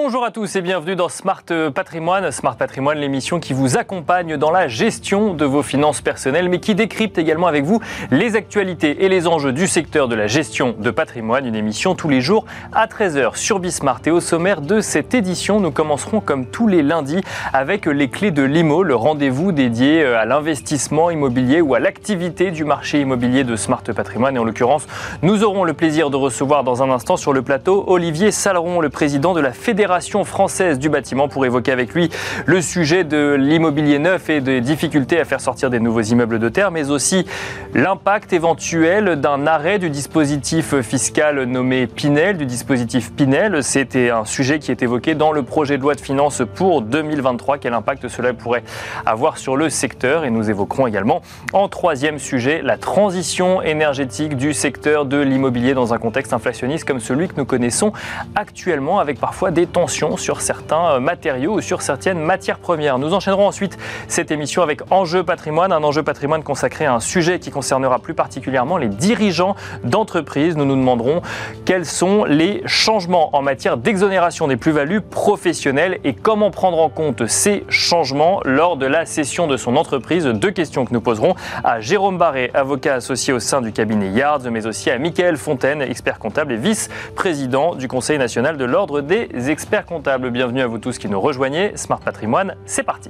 Bonjour à tous et bienvenue dans Smart Patrimoine. Smart Patrimoine, l'émission qui vous accompagne dans la gestion de vos finances personnelles, mais qui décrypte également avec vous les actualités et les enjeux du secteur de la gestion de patrimoine. Une émission tous les jours à 13h sur Bismart. Et au sommaire de cette édition, nous commencerons comme tous les lundis avec les clés de l'IMO, le rendez-vous dédié à l'investissement immobilier ou à l'activité du marché immobilier de Smart Patrimoine. Et en l'occurrence, nous aurons le plaisir de recevoir dans un instant sur le plateau Olivier Saleron, le président de la Fédération française du bâtiment, pour évoquer avec lui le sujet de l'immobilier neuf et des difficultés à faire sortir des nouveaux immeubles de terre, mais aussi l'impact éventuel d'un arrêt du dispositif fiscal nommé Pinel, du dispositif Pinel. C'était un sujet qui est évoqué dans le projet de loi de finances pour 2023. Quel impact cela pourrait avoir sur le secteur? Et nous évoquerons également en troisième sujet la transition énergétique du secteur de l'immobilier dans un contexte inflationniste comme celui que nous connaissons actuellement, avec parfois des tensions sur certains matériaux ou sur certaines matières premières. Nous enchaînerons ensuite cette émission avec Enjeu Patrimoine, un enjeu patrimoine consacré à un sujet qui concernera plus particulièrement les dirigeants d'entreprises. Nous nous demanderons quels sont les changements en matière d'exonération des plus-values professionnelles et comment prendre en compte ces changements lors de la cession de son entreprise. Deux questions que nous poserons à Jérôme Barré, avocat associé au sein du cabinet Yards, mais aussi à Mickaël Fontaine, expert comptable et vice-président du Conseil national de l'Ordre des experts comptables. Bienvenue à vous tous qui nous rejoignez. Smart Patrimoine, c'est parti.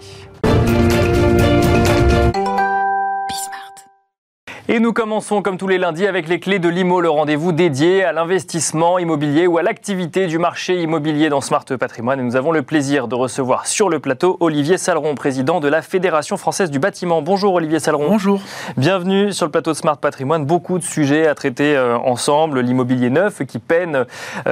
Et nous commençons comme tous les lundis avec les clés de l'IMO, le rendez-vous dédié à l'investissement immobilier ou à l'activité du marché immobilier dans Smart Patrimoine. Et nous avons le plaisir de recevoir sur le plateau Olivier Saleron, président de la Fédération française du bâtiment. Bonjour Olivier Saleron. Bonjour. Bienvenue sur le plateau de Smart Patrimoine. Beaucoup de sujets à traiter ensemble. L'immobilier neuf qui peine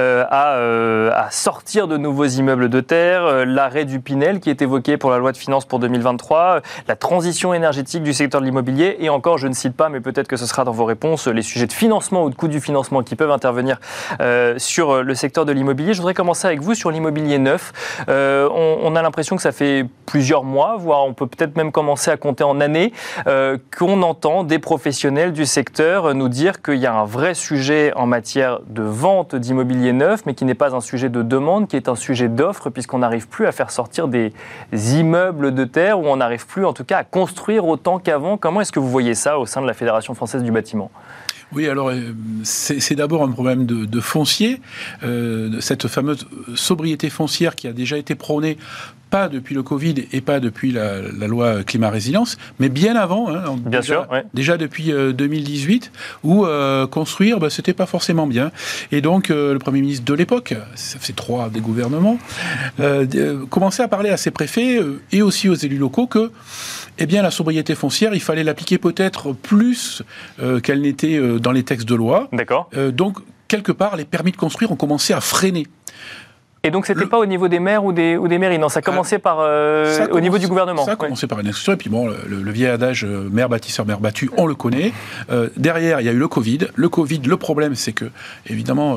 à sortir de nouveaux immeubles de terre, l'arrêt du Pinel qui est évoqué pour la loi de finances pour 2023, la transition énergétique du secteur de l'immobilier et encore, je ne cite pas, mais peut-être que ce sera dans vos réponses, les sujets de financement ou de coût du financement qui peuvent intervenir sur le secteur de l'immobilier. Je voudrais commencer avec vous sur l'immobilier neuf. On a l'impression que ça fait plusieurs mois, voire on peut peut-être même commencer à compter en années, qu'on entend des professionnels du secteur nous dire qu'il y a un vrai sujet en matière de vente d'immobilier neuf, mais qui n'est pas un sujet de demande, qui est un sujet d'offre, puisqu'on n'arrive plus à faire sortir des immeubles de terre, ou on n'arrive plus en tout cas à construire autant qu'avant. Comment est-ce que vous voyez ça au sein de la Fédération française du bâtiment? Oui, alors c'est d'abord un problème de foncier, cette fameuse sobriété foncière qui a déjà été prônée pas depuis le Covid et pas depuis la loi climat-résilience, mais bien avant, déjà depuis 2018, où construire, c'était pas forcément bien. Et donc, le Premier ministre de l'époque, ça fait 3 des gouvernements, commençait à parler à ses préfets et aussi aux élus locaux que la sobriété foncière, il fallait l'appliquer peut-être plus qu'elle n'était dans les textes de loi. D'accord. Donc, quelque part, les permis de construire ont commencé à freiner. Et donc, c'était pas au niveau des maires ou des mairies, non, ça commençait au niveau du gouvernement. Ça a commencé par une instruction, et puis bon, le vieil adage maire bâtisseur, maire battu, on le connaît. Derrière, il y a eu le Covid. Le Covid, le problème, c'est que, évidemment,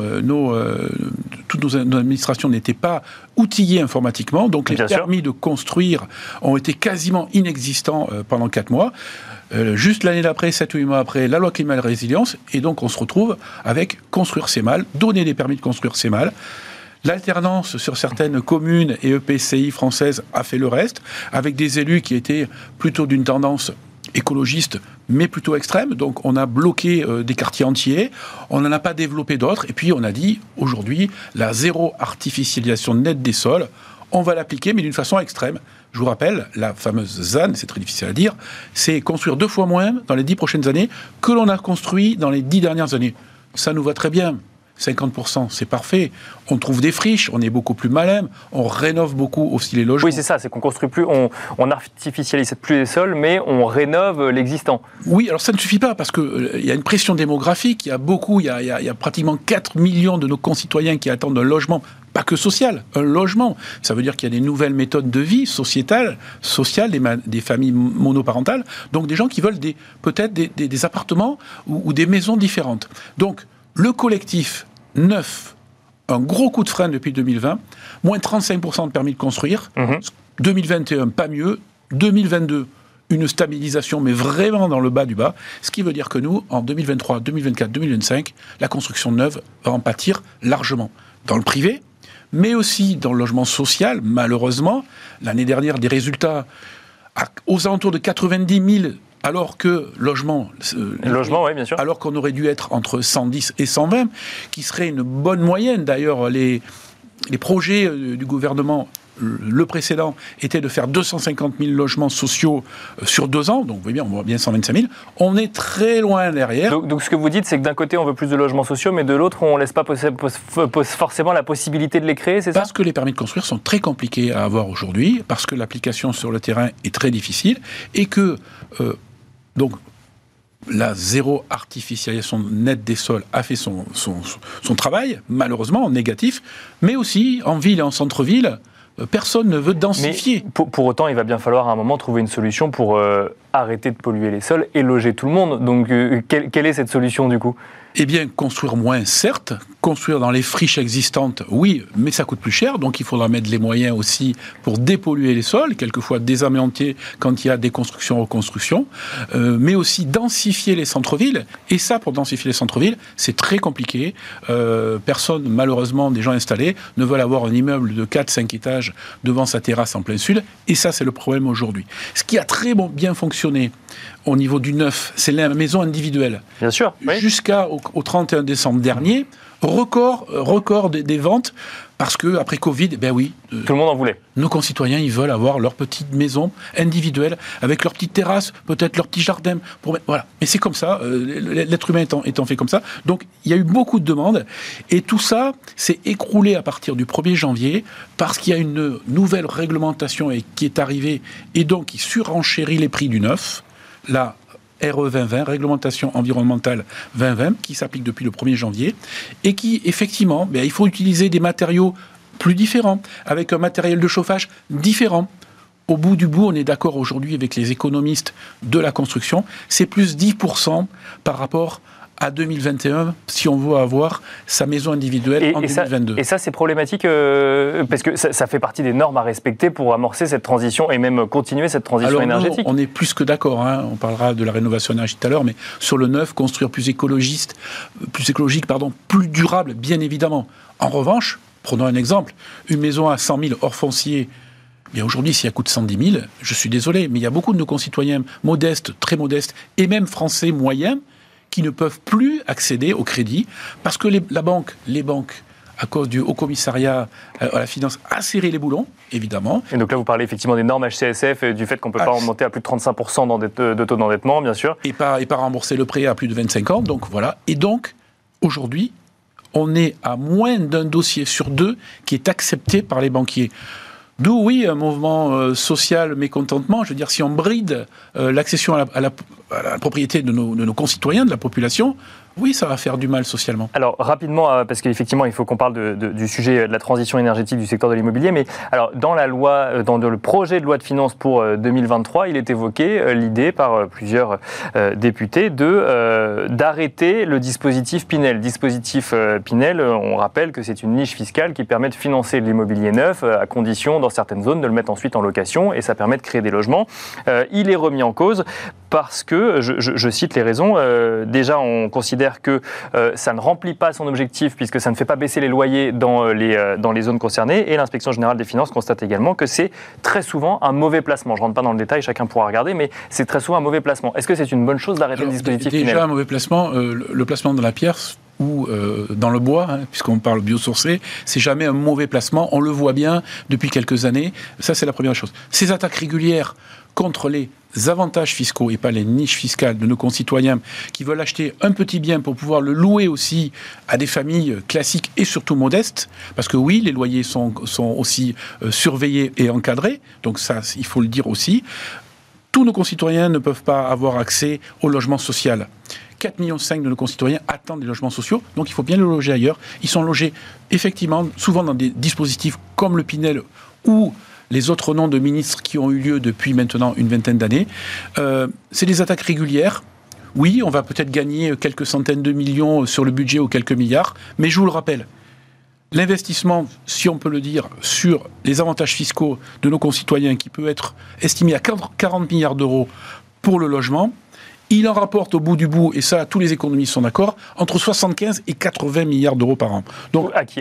toutes nos administrations n'étaient pas outillées informatiquement, donc les permis de construire ont été quasiment inexistants pendant 4 mois. Juste l'année d'après, 7 ou 8 mois après, la loi climat et résilience, et donc on se retrouve avec construire c'est mal, donner des permis de construire c'est mal. L'alternance sur certaines communes et EPCI françaises a fait le reste, avec des élus qui étaient plutôt d'une tendance écologiste, mais plutôt extrême. Donc on a bloqué des quartiers entiers, on n'en a pas développé d'autres, et puis on a dit, aujourd'hui, la zéro artificialisation nette des sols, on va l'appliquer, mais d'une façon extrême. Je vous rappelle, la fameuse ZAN, c'est très difficile à dire, c'est construire 2 fois moins dans les 10 prochaines années que l'on a construit dans les 10 dernières années. Ça nous va très bien. 50%, c'est parfait. On trouve des friches, on est beaucoup plus malin, on rénove beaucoup aussi les logements. Oui, c'est ça, c'est qu'on construit plus, on artificialise plus les sols, mais on rénove l'existant. Oui, alors ça ne suffit pas, parce qu'il y a une pression démographique, il y a pratiquement 4 millions de nos concitoyens qui attendent un logement, pas que social, un logement. Ça veut dire qu'il y a des nouvelles méthodes de vie sociale, des familles monoparentales, donc des gens qui veulent peut-être des appartements ou des maisons différentes. Donc, le collectif neuf, un gros coup de frein depuis 2020, moins 35% de permis de construire, 2021 pas mieux, 2022 une stabilisation mais vraiment dans le bas du bas, ce qui veut dire que nous, en 2023, 2024, 2025, la construction neuve va en pâtir largement. Dans le privé, mais aussi dans le logement social, malheureusement. L'année dernière, des résultats aux alentours de 90 000, alors que logement, oui, bien sûr. Alors qu'on aurait dû être entre 110 et 120, qui serait une bonne moyenne. D'ailleurs, les projets du gouvernement, le précédent, était de faire 250 000 logements sociaux sur 2 ans. Donc, vous voyez bien, on voit bien 125 000. On est très loin derrière. Donc ce que vous dites, c'est que d'un côté, on veut plus de logements sociaux, mais de l'autre, on ne laisse pas forcément la possibilité de les créer, c'est ça ? Parce que les permis de construire sont très compliqués à avoir aujourd'hui, parce que l'application sur le terrain est très difficile, et que, donc, la zéro artificialisation nette des sols a fait son travail, malheureusement, en négatif, mais aussi en ville et en centre-ville, personne ne veut densifier. Mais pour autant, il va bien falloir à un moment trouver une solution pour arrêter de polluer les sols et loger tout le monde. Donc, quelle est cette solution du coup ? Eh bien, construire moins, certes. Construire dans les friches existantes, oui, mais ça coûte plus cher. Donc, il faudra mettre les moyens aussi pour dépolluer les sols, quelquefois désamianter quand il y a des constructions, reconstructions, mais aussi densifier les centres-villes. Et ça, pour densifier les centres-villes, c'est très compliqué. Personne, malheureusement, des gens installés, ne veulent avoir un immeuble de 4-5 étages devant sa terrasse en plein sud. Et ça, c'est le problème aujourd'hui. Ce qui a très bien fonctionné au niveau du neuf, c'est la maison individuelle. Bien sûr. Oui. Jusqu'au 31 décembre dernier, record des ventes, parce que après Covid, ben oui, tout le monde en voulait. Nos concitoyens, ils veulent avoir leur petite maison individuelle, avec leur petite terrasse, peut-être leur petit jardin. Voilà. Mais c'est comme ça, l'être humain étant fait comme ça. Donc, il y a eu beaucoup de demandes, et tout ça s'est écroulé à partir du 1er janvier, parce qu'il y a une nouvelle réglementation qui est arrivée, et donc qui surenchérit les prix du neuf. La RE 2020, Réglementation environnementale 2020, qui s'applique depuis le 1er janvier, et qui, effectivement, il faut utiliser des matériaux plus différents, avec un matériel de chauffage différent. Au bout du bout, on est d'accord aujourd'hui avec les économistes de la construction, c'est plus 10% par rapport à 2021, si on veut avoir sa maison individuelle en 2022. Et ça, c'est problématique parce que ça fait partie des normes à respecter pour amorcer cette transition et même continuer cette transition énergétique. On est plus que d'accord. On parlera de la rénovation énergétique tout à l'heure, mais sur le neuf, construire plus écologique, plus durable, bien évidemment. En revanche, prenons un exemple, une maison à 100 000 hors foncier. Mais aujourd'hui, si elle coûte 110 000, je suis désolé, mais il y a beaucoup de nos concitoyens modestes, très modestes, et même français moyens, qui ne peuvent plus accéder au crédit parce que les banques, à cause du Haut Commissariat à la finance, a serré les boulons, évidemment. Et donc là, vous parlez effectivement des normes HCSF et du fait qu'on ne peut pas remonter à plus de 35% de taux d'endettement, bien sûr. Et pas rembourser le prêt à plus de 25 ans, donc voilà. Et donc, aujourd'hui, on est à moins d'un dossier sur 2 qui est accepté par les banquiers. D'où, oui, un mouvement social mécontentement. Je veux dire, si on bride l'accession à la propriété de nos concitoyens, de la population, oui, ça va faire du mal socialement. Alors, rapidement, parce qu'effectivement, il faut qu'on parle du sujet de la transition énergétique du secteur de l'immobilier, mais alors, dans la loi, dans le projet de loi de finances pour 2023, il est évoqué l'idée par plusieurs députés d'arrêter le dispositif Pinel. Dispositif Pinel, on rappelle que c'est une niche fiscale qui permet de financer de l'immobilier neuf, à condition, dans certaines zones, de le mettre ensuite en location, et ça permet de créer des logements. Il est remis en cause parce que, je cite les raisons, déjà, on considère que ça ne remplit pas son objectif puisque ça ne fait pas baisser les loyers dans les zones concernées, et l'inspection générale des finances constate également que c'est très souvent un mauvais placement. Je ne rentre pas dans le détail, chacun pourra regarder, mais c'est très souvent un mauvais placement. Est-ce que c'est une bonne chose d'arrêter le dispositif Pinel ? Déjà, un mauvais placement, le placement dans la pierre ou dans le bois, puisqu'on parle biosourcé, c'est jamais un mauvais placement, on le voit bien depuis quelques années, ça c'est la première chose. Ces attaques régulières contre les avantages fiscaux et pas les niches fiscales de nos concitoyens qui veulent acheter un petit bien pour pouvoir le louer aussi à des familles classiques et surtout modestes, parce que oui, les loyers sont aussi surveillés et encadrés, donc ça, il faut le dire aussi. Tous nos concitoyens ne peuvent pas avoir accès au logement social. 4,5 millions de nos concitoyens attendent des logements sociaux, donc il faut bien les loger ailleurs. Ils sont logés, effectivement, souvent dans des dispositifs comme le Pinel ou les autres noms de ministres qui ont eu lieu depuis maintenant une vingtaine d'années. C'est des attaques régulières. Oui, on va peut-être gagner quelques centaines de millions sur le budget ou quelques milliards, mais je vous le rappelle, l'investissement, si on peut le dire, sur les avantages fiscaux de nos concitoyens, qui peut être estimé à 40 milliards d'euros pour le logement, il en rapporte au bout du bout, et ça, tous les économistes sont d'accord, entre 75 et 80 milliards d'euros par an. Donc, à qui ? À l'État ?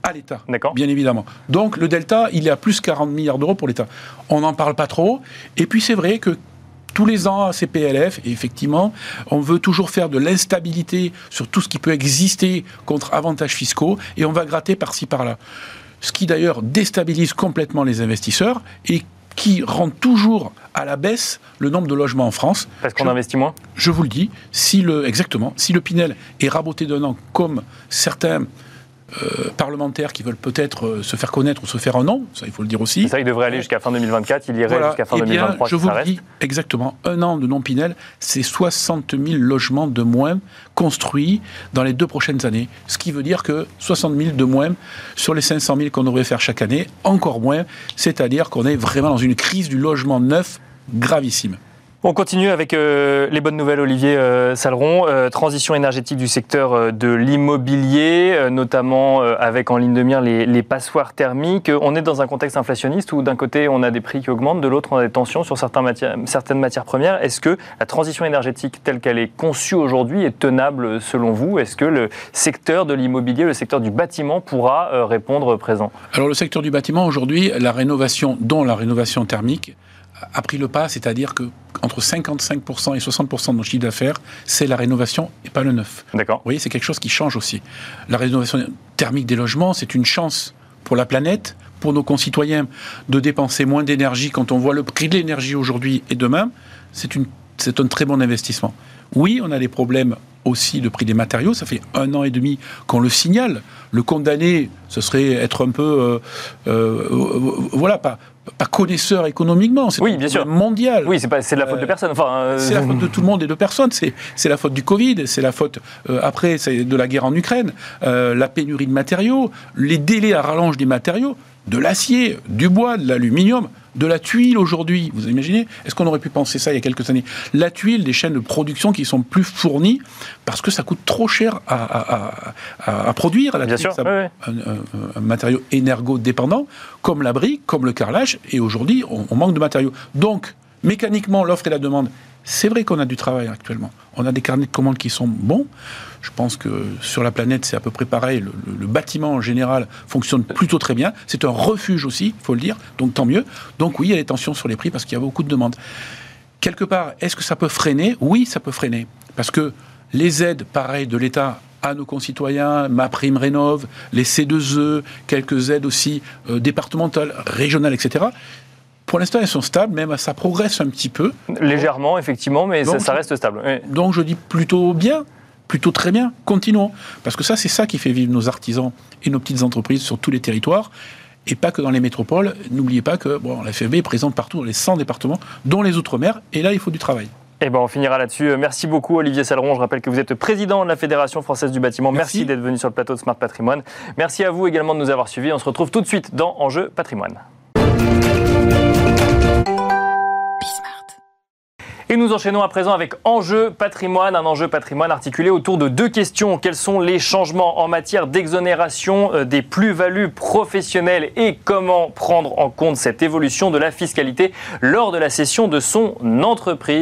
à l'État, D'accord. bien évidemment. Donc le delta, il est à plus 40 milliards d'euros pour l'État. On n'en parle pas trop. Et puis c'est vrai que tous les ans, à ces PLF, et effectivement, on veut toujours faire de l'instabilité sur tout ce qui peut exister contre avantages fiscaux, et on va gratter par-ci, par-là. Ce qui d'ailleurs déstabilise complètement les investisseurs et qui rend toujours à la baisse le nombre de logements en France. Parce qu'on investit moins ? Je vous le dis, exactement, si le Pinel est raboté d'un an comme certains parlementaires qui veulent peut-être se faire connaître ou se faire un nom, ça il faut le dire aussi. Ça, il devrait aller jusqu'à fin 2024, il irait jusqu'à fin 2023. Je vous le dis, exactement, un an de non-Pinel, c'est 60 000 logements de moins construits dans les 2 prochaines années. Ce qui veut dire que 60 000 de moins sur les 500 000 qu'on devrait faire chaque année, encore moins, c'est-à-dire qu'on est vraiment dans une crise du logement neuf gravissime. On continue avec les bonnes nouvelles, Olivier Saleron. Transition énergétique du secteur de l'immobilier, notamment avec en ligne de mire les passoires thermiques. On est dans un contexte inflationniste où d'un côté on a des prix qui augmentent, de l'autre on a des tensions sur certaines matières premières. Est-ce que la transition énergétique telle qu'elle est conçue aujourd'hui est tenable selon vous ? Est-ce que le secteur de l'immobilier, le secteur du bâtiment pourra répondre présent ? Alors le secteur du bâtiment aujourd'hui, la rénovation, dont la rénovation thermique, a pris le pas, c'est-à-dire que entre 55% et 60% de nos chiffres d'affaires, c'est la rénovation et pas le neuf. D'accord. Vous voyez, c'est quelque chose qui change aussi. La rénovation thermique des logements, c'est une chance pour la planète, pour nos concitoyens, de dépenser moins d'énergie quand on voit le prix de l'énergie aujourd'hui et demain. C'est un très bon investissement. Oui, on a des problèmes aussi de prix des matériaux. Ça fait 1 an et demi qu'on le signale. Le condamné, ce serait être un peu... pas connaisseur économiquement, c'est oui, bien sûr. Mondial. Oui, c'est de la faute de personne. C'est la faute de tout le monde et de personne. C'est la faute du Covid, c'est la faute après c'est de la guerre en Ukraine, la pénurie de matériaux, les délais à rallonge des matériaux, de l'acier, du bois, de l'aluminium, de la tuile aujourd'hui. Vous imaginez ? Est-ce qu'on aurait pu penser ça il y a quelques années ? La tuile, des chaînes de production qui sont plus fournies parce que ça coûte trop cher à produire. La Bien tuile, sûr, oui. Un matériau énergo-dépendant, comme la brique, comme le carrelage, et aujourd'hui, on manque de matériaux. Donc, mécaniquement, l'offre et la demande, c'est vrai qu'on a du travail actuellement. On a des carnets de commandes qui sont bons. Je pense que sur la planète, c'est à peu près pareil. Le bâtiment, en général, fonctionne plutôt très bien. C'est un refuge aussi, il faut le dire, donc tant mieux. Donc oui, il y a des tensions sur les prix parce qu'il y a beaucoup de demandes. Quelque part, est-ce que ça peut freiner ? Oui, ça peut freiner. Parce que les aides, pareil, de l'État à nos concitoyens, MaPrimeRénov', les C2E, quelques aides aussi départementales, régionales, etc., pour l'instant, elles sont stables, même ça progresse un petit peu. Légèrement, effectivement, mais donc, ça reste stable. Oui. Donc je dis plutôt bien, plutôt très bien, continuons. Parce que ça, c'est ça qui fait vivre nos artisans et nos petites entreprises sur tous les territoires, et pas que dans les métropoles. N'oubliez pas que la FFB est présente partout dans les 100 départements, dont les Outre-mer, et là, il faut du travail. Eh ben, on finira là-dessus. Merci beaucoup, Olivier Saleron. Je rappelle que vous êtes président de la Fédération française du bâtiment. Merci d'être venu sur le plateau de Smart Patrimoine. Merci à vous également de nous avoir suivis. On se retrouve tout de suite dans Enjeu Patrimoine. Et nous enchaînons à présent avec Enjeu Patrimoine, un enjeu patrimoine articulé autour de 2 questions. Quels sont les changements en matière d'exonération des plus-values professionnelles et comment prendre en compte cette évolution de la fiscalité lors de la cession de son entreprise ?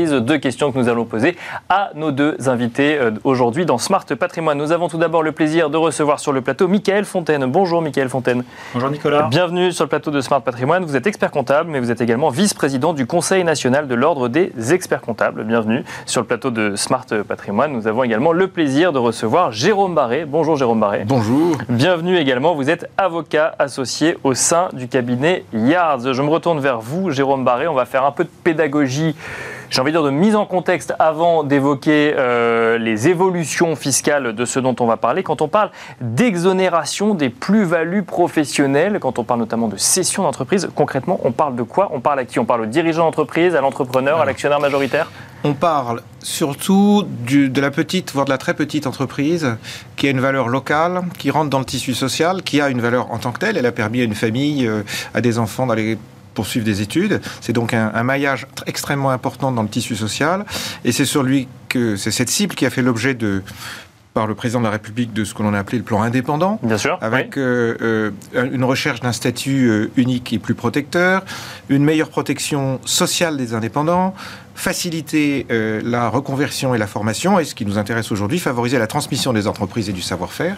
2 questions que nous allons poser à nos 2 invités aujourd'hui dans Smart Patrimoine. Nous avons tout d'abord le plaisir de recevoir sur le plateau Michael Fontaine. Bonjour Michael Fontaine. Bonjour Nicolas. Bienvenue sur le plateau de Smart Patrimoine. Vous êtes expert comptable, mais vous êtes également vice-président du Conseil national de l'Ordre des experts comptable. Bienvenue sur le plateau de Smart Patrimoine. Nous avons également le plaisir de recevoir Jérôme Barré. Bonjour Jérôme Barré. Bonjour. Bienvenue également. Vous êtes avocat associé au sein du cabinet Yards. Je me retourne vers vous, Jérôme Barré. On va faire un peu de pédagogie, j'ai envie de dire de mise en contexte avant d'évoquer les évolutions fiscales de ce dont on va parler. Quand on parle d'exonération des plus-values professionnelles, quand on parle notamment de cession d'entreprise, concrètement, on parle de quoi ? On parle à qui ? On parle au dirigeant d'entreprise, à l'entrepreneur, à l'actionnaire majoritaire ? On parle surtout de la petite, voire de la très petite entreprise qui a une valeur locale, qui rentre dans le tissu social, qui a une valeur en tant que telle. Elle a permis à une famille, à des enfants d'aller poursuivre des études. C'est donc un maillage extrêmement important dans le tissu social. Et c'est c'est cette cible qui a fait l'objet par le président de la République de ce que l'on a appelé le plan indépendant. Bien sûr. Avec une recherche d'un statut unique et plus protecteur, une meilleure protection sociale des indépendants, faciliter la reconversion et la formation, et ce qui nous intéresse aujourd'hui, favoriser la transmission des entreprises et du savoir-faire,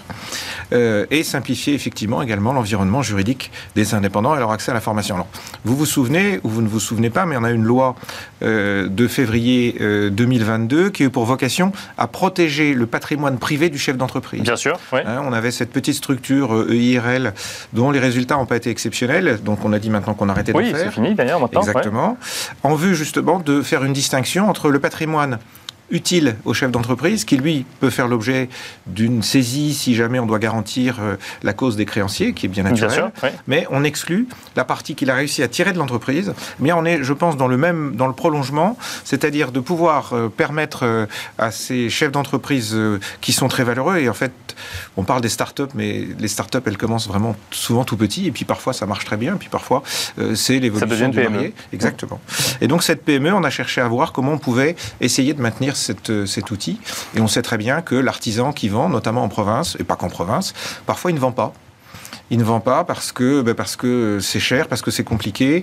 et simplifier effectivement également l'environnement juridique des indépendants et leur accès à la formation. Alors, vous vous souvenez, ou vous ne vous souvenez pas, mais on a une loi de février 2022 qui a eu pour vocation à protéger le patrimoine privé du chef d'entreprise. Bien sûr, oui. On avait cette petite structure EIRL dont les résultats n'ont pas été exceptionnels, donc on a dit maintenant qu'on arrêtait d'en faire. Oui, c'est fini d'ailleurs maintenant. Exactement. Ouais. En vue justement de faire une distinction entre le patrimoine utile au chef d'entreprise, qui lui peut faire l'objet d'une saisie si jamais on doit garantir la cause des créanciers, qui est bien naturel, bien sûr, oui. Mais on exclut la partie qu'il a réussi à tirer de l'entreprise. Mais on est, je pense, dans le prolongement, c'est-à-dire de pouvoir permettre à ces chefs d'entreprise qui sont très valeureux, et en fait, on parle des startups, mais les startups, elles commencent vraiment souvent tout petit, et puis parfois ça marche très bien, et puis parfois c'est l'évolution du marché. Exactement. Et donc cette PME, on a cherché à voir comment on pouvait essayer de maintenir cet outil. Et on sait très bien que l'artisan qui vend, notamment en province, et pas qu'en province, parfois il ne vend pas. Il ne vend pas parce que c'est cher, parce que c'est compliqué,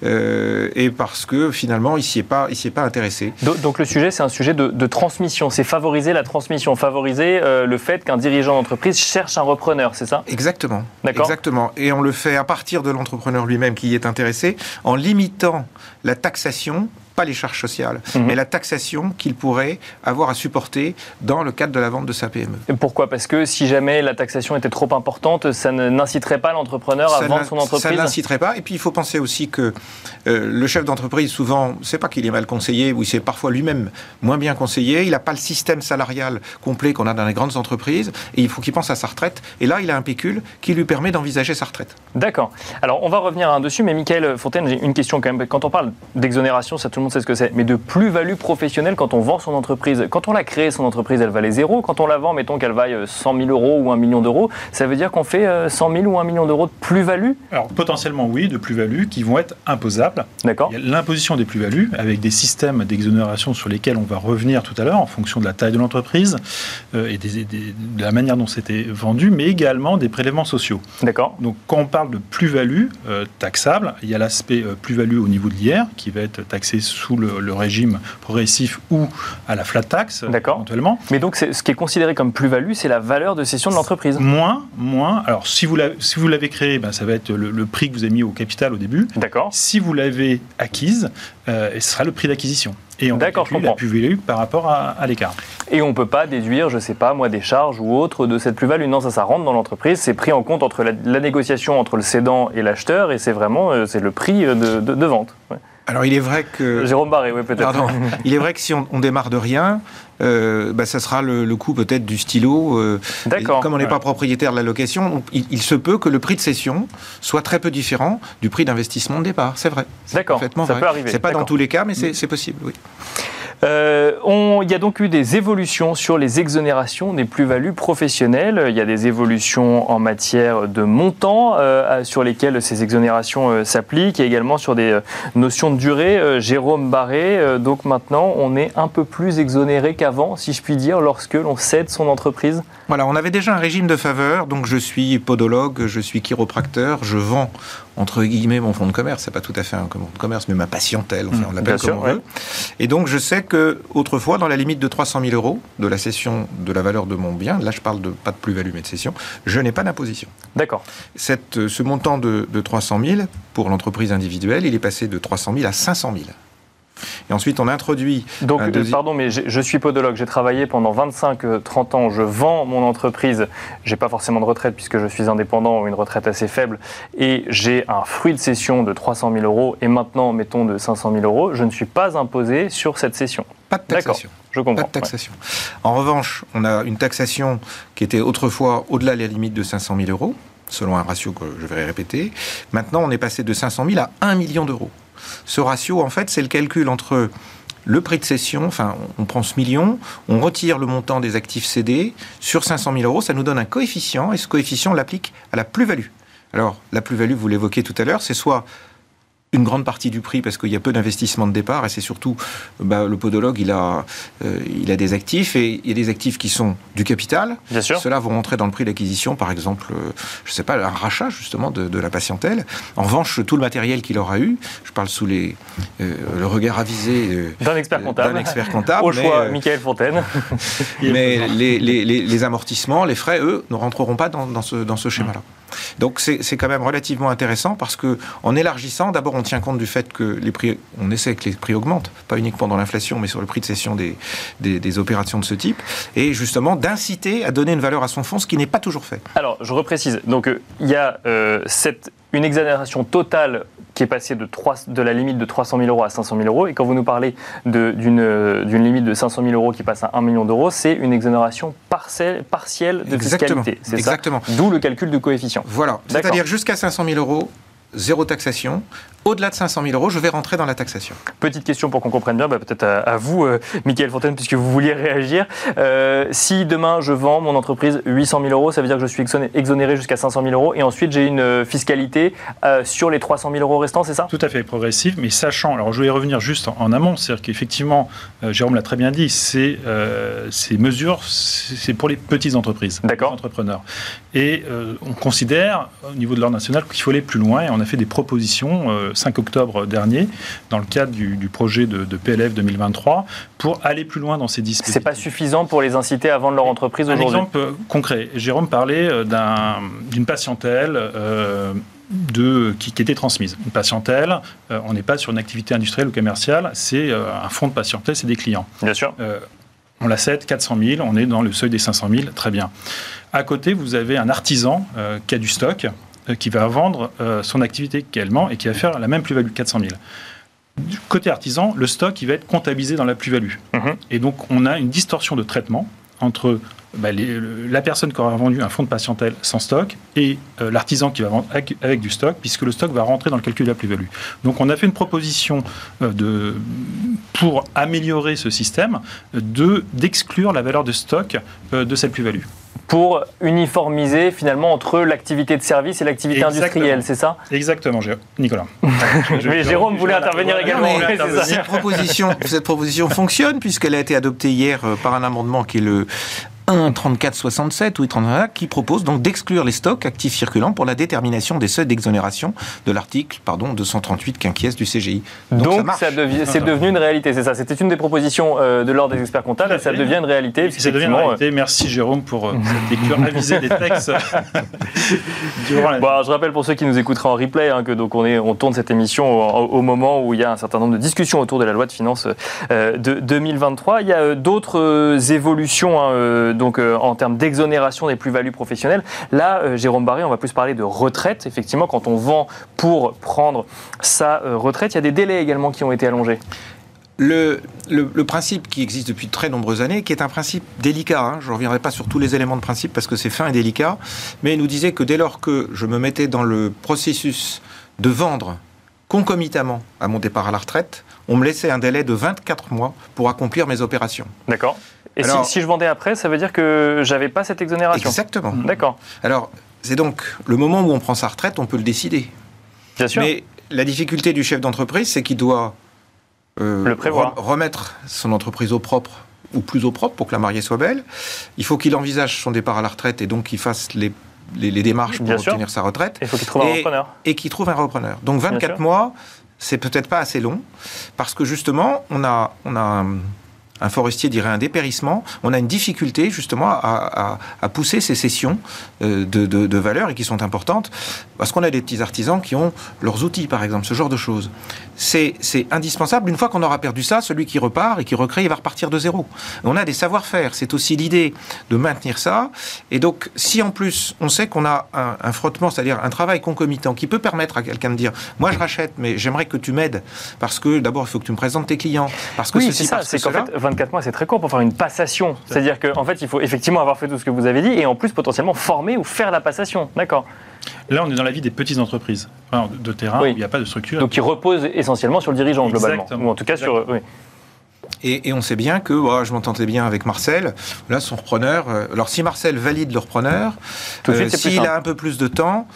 et parce que finalement il s'y est pas intéressé. Donc le sujet, c'est un sujet de transmission. C'est favoriser la transmission, favoriser le fait qu'un dirigeant d'entreprise cherche un repreneur, c'est ça ? Exactement. D'accord. Exactement. Et on le fait à partir de l'entrepreneur lui-même qui y est intéressé, en limitant la taxation, pas les charges sociales, mais la taxation qu'il pourrait avoir à supporter dans le cadre de la vente de sa PME. Et pourquoi ? Parce que si jamais la taxation était trop importante, ça n'inciterait pas l'entrepreneur à vendre son entreprise ? Ça n'inciterait pas. Et puis il faut penser aussi que le chef d'entreprise, souvent, c'est pas qu'il est mal conseillé, ou il s'est parfois lui-même moins bien conseillé, il n'a pas le système salarial complet qu'on a dans les grandes entreprises, et il faut qu'il pense à sa retraite. Et là, il a un pécule qui lui permet d'envisager sa retraite. D'accord. Alors on va revenir dessus, mais Michael Fontaine, j'ai une question quand même. Quand on parle d'exonération, ça tout le monde sait ce que c'est, mais de plus-value professionnelle quand on vend son entreprise. Quand on a créé son entreprise, elle valait 0. Quand on la vend, mettons qu'elle vaille 100 000 euros ou 1 million d'euros, ça veut dire qu'on fait 100 000 ou 1 million d'euros de plus-value ? Alors potentiellement oui, de plus-value qui vont être imposables. D'accord. Il y a l'imposition des plus-values avec des systèmes d'exonération sur lesquels on va revenir tout à l'heure en fonction de la taille de l'entreprise et de la manière dont c'était vendu, mais également des prélèvements sociaux. D'accord. Donc quand on parle de plus-value taxable, il y a l'aspect plus-value au niveau de l'IR qui va être taxé sous le régime progressif ou à la flat tax, éventuellement. Mais donc, ce qui est considéré comme plus-value, c'est la valeur de cession de l'entreprise. Moins. Alors, si vous l'avez créé, ça va être le prix que vous avez mis au capital au début. D'accord. Si vous l'avez acquise, ce sera le prix d'acquisition. Et on calcule la plus-value par rapport à l'écart. Et on ne peut pas déduire, je ne sais pas, moi, des charges ou autres de cette plus-value. Non, ça rentre dans l'entreprise. C'est pris en compte entre la négociation entre le cédant et l'acheteur, et c'est vraiment c'est le prix de vente. Ouais. Alors, il est vrai que... Jérôme Barré, oui, peut-être. Pardon. Il est vrai que si on démarre de rien, ça sera le coût peut-être du stylo. D'accord. Comme on n'est pas propriétaire de la location, il se peut que le prix de cession soit très peu différent du prix d'investissement de départ. C'est vrai. D'accord, ça peut arriver. C'est pas dans tous les cas, mais c'est possible, oui. Il y a donc eu des évolutions sur les exonérations des plus-values professionnelles. Il y a des évolutions en matière de montant sur lesquelles ces exonérations s'appliquent, et également sur des notions de durée. Jérôme Barré, donc maintenant on est un peu plus exonéré qu'avant, si je puis dire, lorsque l'on cède son entreprise. Voilà, on avait déjà un régime de faveur, donc je suis podologue, je suis chiropracteur, je vends entre guillemets mon fonds de commerce, c'est pas tout à fait un fonds de commerce, mais ma patientèle, enfin on l'appelle comme on veut. Et donc je sais que autrefois, dans la limite de 300 000 euros de la cession de la valeur de mon bien, là je parle de pas de plus-value mais de cession, je n'ai pas d'imposition. D'accord. Ce montant de 300 000 pour l'entreprise individuelle, il est passé de 300 000 à 500 000. Et ensuite, on introduit... Donc, pardon, mais je suis podologue, j'ai travaillé pendant 25-30 ans, je vends mon entreprise, j'ai pas forcément de retraite puisque je suis indépendant ou une retraite assez faible, et j'ai un fruit de cession de 300 000 euros, et maintenant, mettons, de 500 000 euros, je ne suis pas imposé sur cette cession. Pas de taxation. D'accord, je comprends. Pas de taxation. Ouais. En revanche, on a une taxation qui était autrefois au-delà de la limite de 500 000 euros, selon un ratio que je vais répéter. Maintenant, on est passé de 500 000 à 1 million d'euros. Ce ratio, en fait, c'est le calcul entre le prix de cession, enfin, on prend ce million, on retire le montant des actifs cédés, sur 500 000 euros, ça nous donne un coefficient, et ce coefficient, on l'applique à la plus-value. Alors, la plus-value, vous l'évoquez tout à l'heure, c'est soit une grande partie du prix parce qu'il y a peu d'investissement de départ et c'est surtout le podologue il a des actifs et il y a des actifs qui sont du capital. Bien sûr. Ceux-là vont rentrer dans le prix d'acquisition, par exemple, je sais pas, un rachat justement de la patientèle. En revanche, tout le matériel qu'il aura eu, je parle sous le regard avisé d'un expert comptable. Au choix, Michael Fontaine. Mais les amortissements, les frais, eux, ne rentreront pas dans ce schéma-là. Donc c'est quand même relativement intéressant parce que en élargissant, d'abord on tient compte du fait que les prix, on essaie que les prix augmentent, pas uniquement dans l'inflation, mais sur le prix de cession des opérations de ce type, et justement d'inciter à donner une valeur à son fonds, ce qui n'est pas toujours fait. Alors je reprécise, donc il y a une exonération totale qui est passée de la limite de 300 000 euros à 500 000 euros. Et quand vous nous parlez d'une limite de 500 000 euros qui passe à 1 million d'euros, c'est une exonération partielle de fiscalité. C'est exactement. Ça. D'où le calcul du coefficient. Voilà. C'est-à-dire jusqu'à 500 000 euros, zéro taxation. Au-delà de 500 000 euros, je vais rentrer dans la taxation. Petite question pour qu'on comprenne bien, peut-être à vous, Michael Fontaine, puisque vous vouliez réagir. Si demain je vends mon entreprise 800 000 euros, ça veut dire que je suis exonéré jusqu'à 500 000 euros et ensuite j'ai une fiscalité sur les 300 000 euros restants, c'est ça ? Tout à fait progressif, mais sachant, alors je voulais revenir juste en amont, c'est-à-dire qu'effectivement, Jérôme l'a très bien dit, ces mesures, c'est pour les petites entreprises, les entrepreneurs. Et on considère, au niveau de l'ordre national, qu'il faut aller plus loin et on a fait des propositions 5 octobre dernier, dans le cadre du projet de PLF 2023, pour aller plus loin dans ces dispositifs. C'est pas suffisant pour les inciter à vendre leur entreprise aujourd'hui ? Un exemple concret. Jérôme parlait d'une patientèle qui était transmise. Une patientèle, on n'est pas sur une activité industrielle ou commerciale, c'est un fonds de patientèle, c'est des clients. Bien sûr. On l'a 400 000, on est dans le seuil des 500 000, très bien. À côté, vous avez un artisan qui a du stock, qui va vendre son activité également et qui va faire la même plus-value, 400 000. Du côté artisan, le stock il va être comptabilisé dans la plus-value. Et donc, on a une distorsion de traitement entre la personne qui aura vendu un fonds de patientèle sans stock et l'artisan qui va vendre avec du stock, puisque le stock va rentrer dans le calcul de la plus-value. Donc, on a fait une proposition pour améliorer ce système d'exclure la valeur de stock de cette plus-value. Pour uniformiser finalement entre l'activité de service et l'activité industrielle, c'est ça ? Exactement, Nicolas. Mais Jérôme voulait intervenir également. Cette proposition fonctionne puisqu'elle a été adoptée hier par un amendement qui est le 1.3467 ou 1.34 qui propose donc d'exclure les stocks actifs circulants pour la détermination des seuils d'exonération de l'article 238 quinquies du CGI. Donc c'est devenu une réalité, c'est ça. C'était une des propositions de l'ordre des experts comptables et ça devient une réalité. Ça devient une réalité. Merci Jérôme pour cette lecture avisée des textes. Je rappelle pour ceux qui nous écouteraient en replay que donc on tourne cette émission au moment où il y a un certain nombre de discussions autour de la loi de finances de 2023. Il y a d'autres évolutions donc en termes d'exonération des plus-values professionnelles. Là, Jérôme Barré, on va plus parler de retraite. Effectivement, quand on vend pour prendre sa retraite, il y a des délais également qui ont été allongés. Le principe qui existe depuis de très nombreuses années, qui est un principe délicat, je ne reviendrai pas sur tous les éléments de principe parce que c'est fin et délicat, mais il nous disait que dès lors que je me mettais dans le processus de vendre concomitamment à mon départ à la retraite, on me laissait un délai de 24 mois pour accomplir mes opérations. D'accord. Et si je vendais après, ça veut dire que je n'avais pas cette exonération ? Exactement. D'accord. Alors, c'est donc le moment où on prend sa retraite, on peut le décider. Bien sûr. Mais la difficulté du chef d'entreprise, c'est qu'il doit remettre son entreprise au propre ou plus au propre pour que la mariée soit belle. Il faut qu'il envisage son départ à la retraite et donc qu'il fasse les démarches pour obtenir sa retraite. Il faut qu'il trouve un repreneur. Et qu'il trouve un repreneur. Donc 24 mois, c'est peut-être pas assez long parce que justement, on a un forestier dirait un dépérissement, on a une difficulté justement à pousser ces cessions de valeur et qui sont importantes parce qu'on a des petits artisans qui ont leurs outils par exemple, ce genre de choses. C'est indispensable. Une fois qu'on aura perdu ça, celui qui repart et qui recrée, il va repartir de zéro. On a des savoir-faire, c'est aussi l'idée de maintenir ça. Et donc, si en plus on sait qu'on a un frottement, c'est-à-dire un travail concomitant qui peut permettre à quelqu'un de dire « moi je rachète, mais j'aimerais que tu m'aides parce que d'abord il faut que tu me présentes tes clients, parce que ceci, parce que cela ». 24 mois, c'est très court pour faire une passation. C'est-à-dire qu'en fait, il faut effectivement avoir fait tout ce que vous avez dit et en plus potentiellement former ou faire la passation. D'accord. Là, on est dans la vie des petites entreprises, de terrain, où il n'y a pas de structure. Donc, qui repose essentiellement sur le dirigeant, globalement. Exactement. Ou en tout cas sur... Oui. Et on sait bien que, je m'entendais bien avec Marcel, là, son repreneur... alors, si Marcel valide le repreneur, s'il a un peu plus de temps...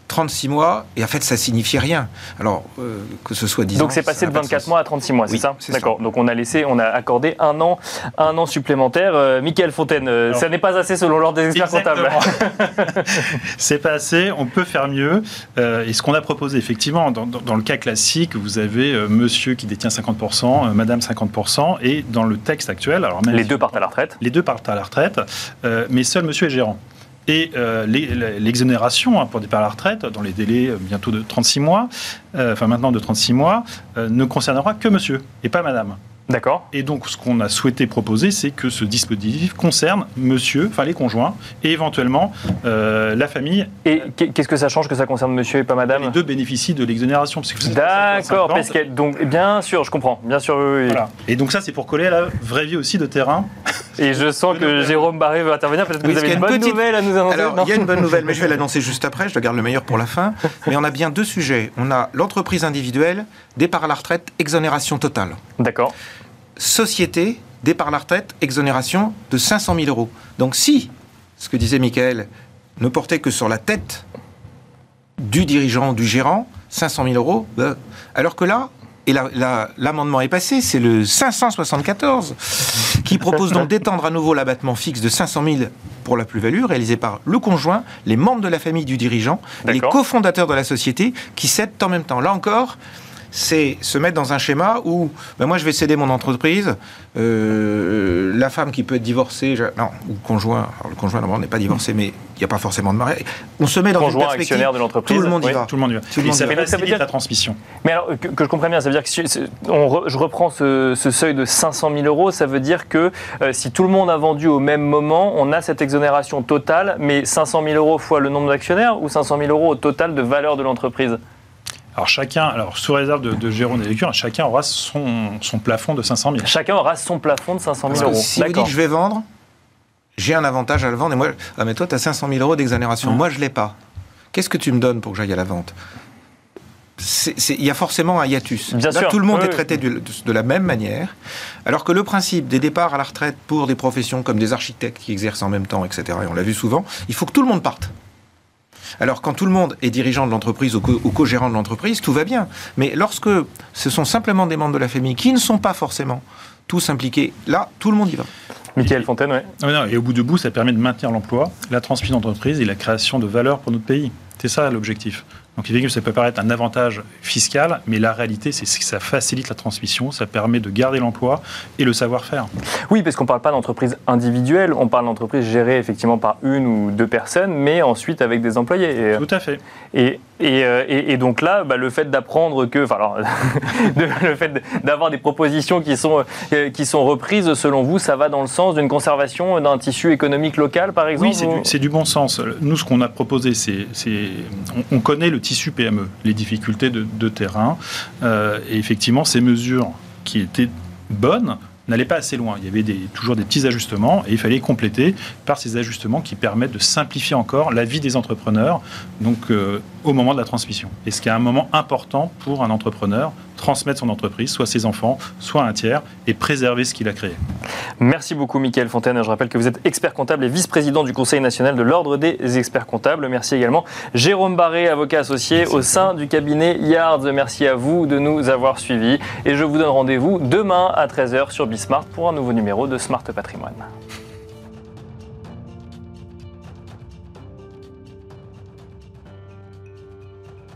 36 mois, et en fait, ça signifiait rien. Alors, que ce soit 10 ans... Donc, c'est passé de 24 mois à 36 mois, c'est ça? D'accord. Ça. Donc, on a accordé un an supplémentaire. Michael Fontaine, ça n'est pas assez selon l'ordre des experts comptables. C'est pas assez, on peut faire mieux. Et ce qu'on a proposé, effectivement, dans le cas classique, vous avez monsieur qui détient 50%, madame 50%, et dans le texte actuel... Alors même les deux partent à la retraite. Les deux partent à la retraite, mais seul monsieur est gérant. Et l'exonération pour départ à la retraite, dans les délais bientôt de 36 mois, maintenant de 36 mois, ne concernera que monsieur et pas madame. D'accord. Et donc, ce qu'on a souhaité proposer, c'est que ce dispositif concerne monsieur, enfin les conjoints, et éventuellement la famille. Et qu'est-ce que ça change que ça concerne monsieur et pas madame? Les deux bénéficient de l'exonération. D'accord, parce que, donc, bien sûr, je comprends. Bien sûr, oui. Voilà. Et donc ça, c'est pour coller à la vraie vie aussi de terrain. Et je sens que Jérôme Barré veut intervenir. Peut-être que vous avez une bonne nouvelle à nous annoncer. Alors, il y a une bonne nouvelle, mais je vais l'annoncer juste après. Je garde le meilleur pour la fin. Mais on a bien deux sujets. On a l'entreprise individuelle, départ à la retraite, exonération totale. D'accord. Société, départ à la retraite, exonération de 500 000 euros. Donc si, ce que disait Michael, ne portait que sur la tête du dirigeant, du gérant, 500 000 euros, alors que là, et l'amendement est passé, c'est le 574, qui propose donc d'étendre à nouveau l'abattement fixe de 500 000 pour la plus-value réalisée par le conjoint, les membres de la famille du dirigeant, et les cofondateurs de la société qui cèdent en même temps. Là encore, c'est se mettre dans un schéma où moi je vais céder mon entreprise, la femme qui peut être divorcée, ou le conjoint, alors le conjoint normalement n'est pas divorcé, mais il n'y a pas forcément de mariage. On se met dans une perspective, actionnaire de l'entreprise. Tout le monde y va. Tout le monde y va. Et ça facilite la transmission. Mais alors, que je comprenne bien, ça veut dire que je reprends ce seuil de 500 000 euros, ça veut dire que si tout le monde a vendu au même moment, on a cette exonération totale, mais 500 000 euros fois le nombre d'actionnaires ou 500 000 euros au total de valeur de l'entreprise? Alors, sous réserve de Jérôme et Lécure, chacun aura son plafond de 500 000. Chacun aura son plafond de 500 000 euros. Si vous dites je vais vendre, j'ai un avantage à le vendre, et moi, mais toi, tu as 500 000 euros d'exonération. Moi, je ne l'ai pas. Qu'est-ce que tu me donnes pour que j'aille à la vente? Il y a forcément un hiatus. Bien sûr. Tout le monde est traité de la même manière, alors que le principe des départs à la retraite pour des professions comme des architectes qui exercent en même temps, etc., et on l'a vu souvent, il faut que tout le monde parte. Alors, quand tout le monde est dirigeant de l'entreprise ou co-gérant de l'entreprise, tout va bien. Mais lorsque ce sont simplement des membres de la famille qui ne sont pas forcément tous impliqués, là, tout le monde y va. Michael Fontaine, oui. Et au bout de bout, ça permet de maintenir l'emploi, la transmission d'entreprise et la création de valeur pour notre pays. C'est ça l'objectif. Donc évidemment, ça peut paraître un avantage fiscal, mais la réalité, c'est que ça facilite la transmission, ça permet de garder l'emploi et le savoir-faire. Oui, parce qu'on ne parle pas d'entreprise individuelle, on parle d'entreprise gérée effectivement par une ou deux personnes, mais ensuite avec des employés. Tout à fait. Et donc là, le fait d'apprendre que, le fait d'avoir des propositions qui sont reprises, selon vous, ça va dans le sens d'une conservation d'un tissu économique local, par exemple? Oui, c'est du bon sens. Nous, ce qu'on a proposé, on connaît le tissu PME, les difficultés de terrain, et effectivement, ces mesures qui étaient bonnes n'allaient pas assez loin. Il y avait toujours des petits ajustements et il fallait compléter par ces ajustements qui permettent de simplifier encore la vie des entrepreneurs, donc au moment de la transmission. Et ce qui est un moment important pour un entrepreneur, transmettre son entreprise, soit ses enfants, soit un tiers, et préserver ce qu'il a créé. Merci beaucoup, Michael Fontaine. Je rappelle que vous êtes expert comptable et vice-président du Conseil national de l'Ordre des experts comptables. Merci également Jérôme Barré, avocat associé au sein du cabinet Yards. Merci à vous de nous avoir suivis. Et je vous donne rendez-vous demain à 13h sur Bismart pour un nouveau numéro de Smart Patrimoine.